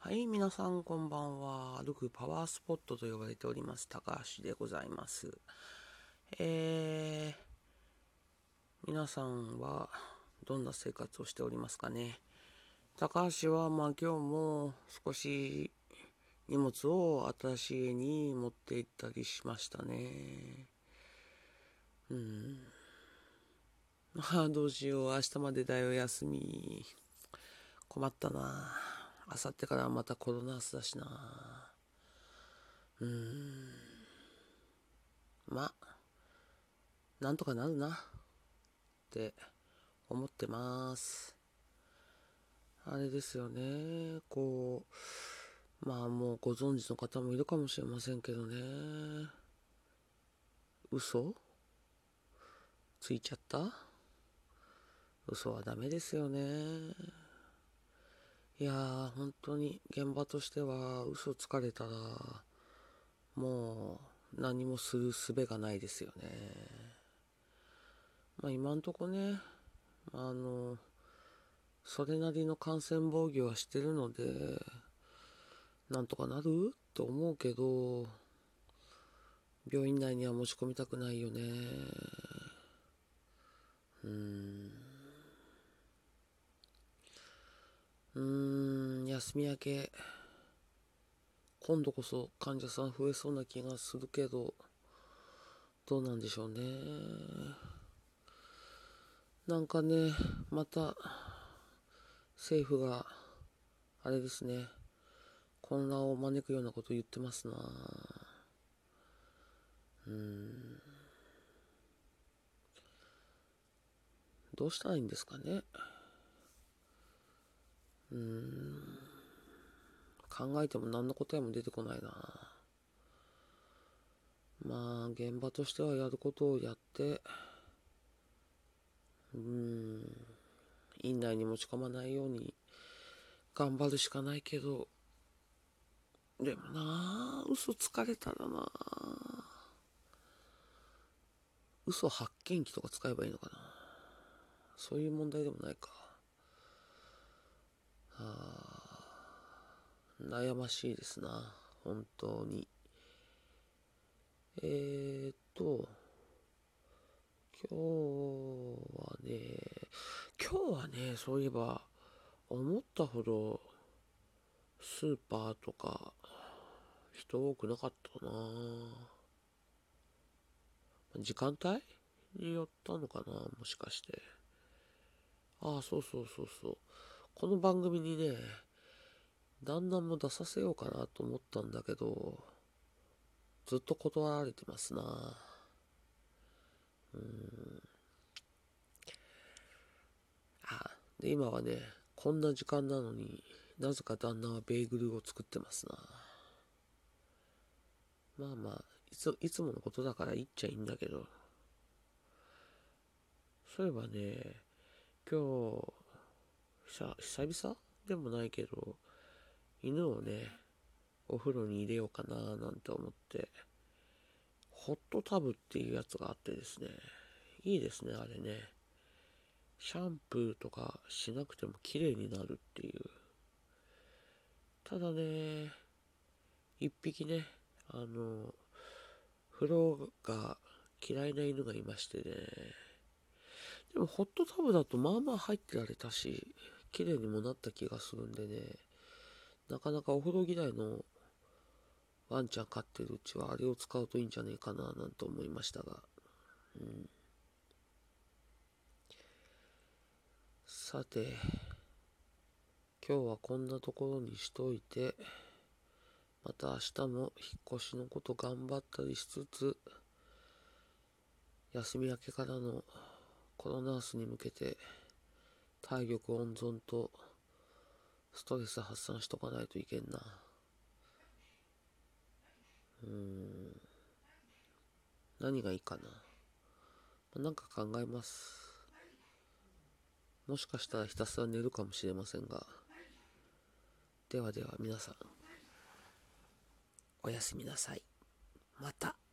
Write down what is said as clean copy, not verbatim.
はい、皆さんこんばんは。歩くパワースポットと呼ばれております、高橋でございます。皆さんはどんな生活をしておりますかね。高橋は今日も少し荷物を新しい家に持って行ったりしましたね。どうしよう、明日までだよ、休み。困ったな。明後日からまたコロナースだしな。まあなんとかなるなって思ってます。あれですよね、まあもうご存知の方もいるかもしれませんけどね、嘘ついちゃった。嘘はダメですよね。いやー、本当に現場としては嘘つかれたらもう何もする術がないですよね。まあ今んとこね、それなりの感染防御はしてるのでなんとかなると思うけど、病院内には持ち込みたくないよね。休み明け今度こそ患者さん増えそうな気がするけど、どうなんでしょうね。なんかね、また政府があれですね、混乱を招くようなこと言ってますな。どうしたらいいんですかね。考えても何の答えも出てこないな。まあ現場としてはやることをやって、院内に持ち込まないように頑張るしかないけど、でもなあ、嘘つかれたらなあ、嘘発見器とか使えばいいのかな。そういう問題でもないか。悩ましいですな、本当に。えーっと今日はねそういえば思ったほどスーパーとか人多くなかったな。時間帯によったのかな、もしかして。そうそうそうそう。この番組にね、旦那も出させようかなと思ったんだけど、ずっと断られてますな。で、今はね、こんな時間なのになぜか旦那はベーグルを作ってますな。まあまあ、いつものことだから言っちゃいいんだけど、そういえばね、今日、久々でもないけど、犬をね、お風呂に入れようかななんて思って、ホットタブっていうやつがあってですね、いいですね、あれね。シャンプーとかしなくても綺麗になるっていう。ただね、一匹ね、風呂が嫌いな犬がいましてね。でもホットタブだとまあまあ入ってられたし、綺麗にもなった気がするんでね、なかなかお風呂嫌いのワンちゃん飼ってるうちはあれを使うといいんじゃねえかななんて思いましたが。さて、今日はこんなところにしといて、また明日も引っ越しのこと頑張ったりしつつ、休み明けからのコロナースに向けて体力温存とストレス発散しとかないといけんな。何がいいかな。なんか考えます。もしかしたらひたすら寝るかもしれませんが。ではでは皆さん、おやすみなさい。また。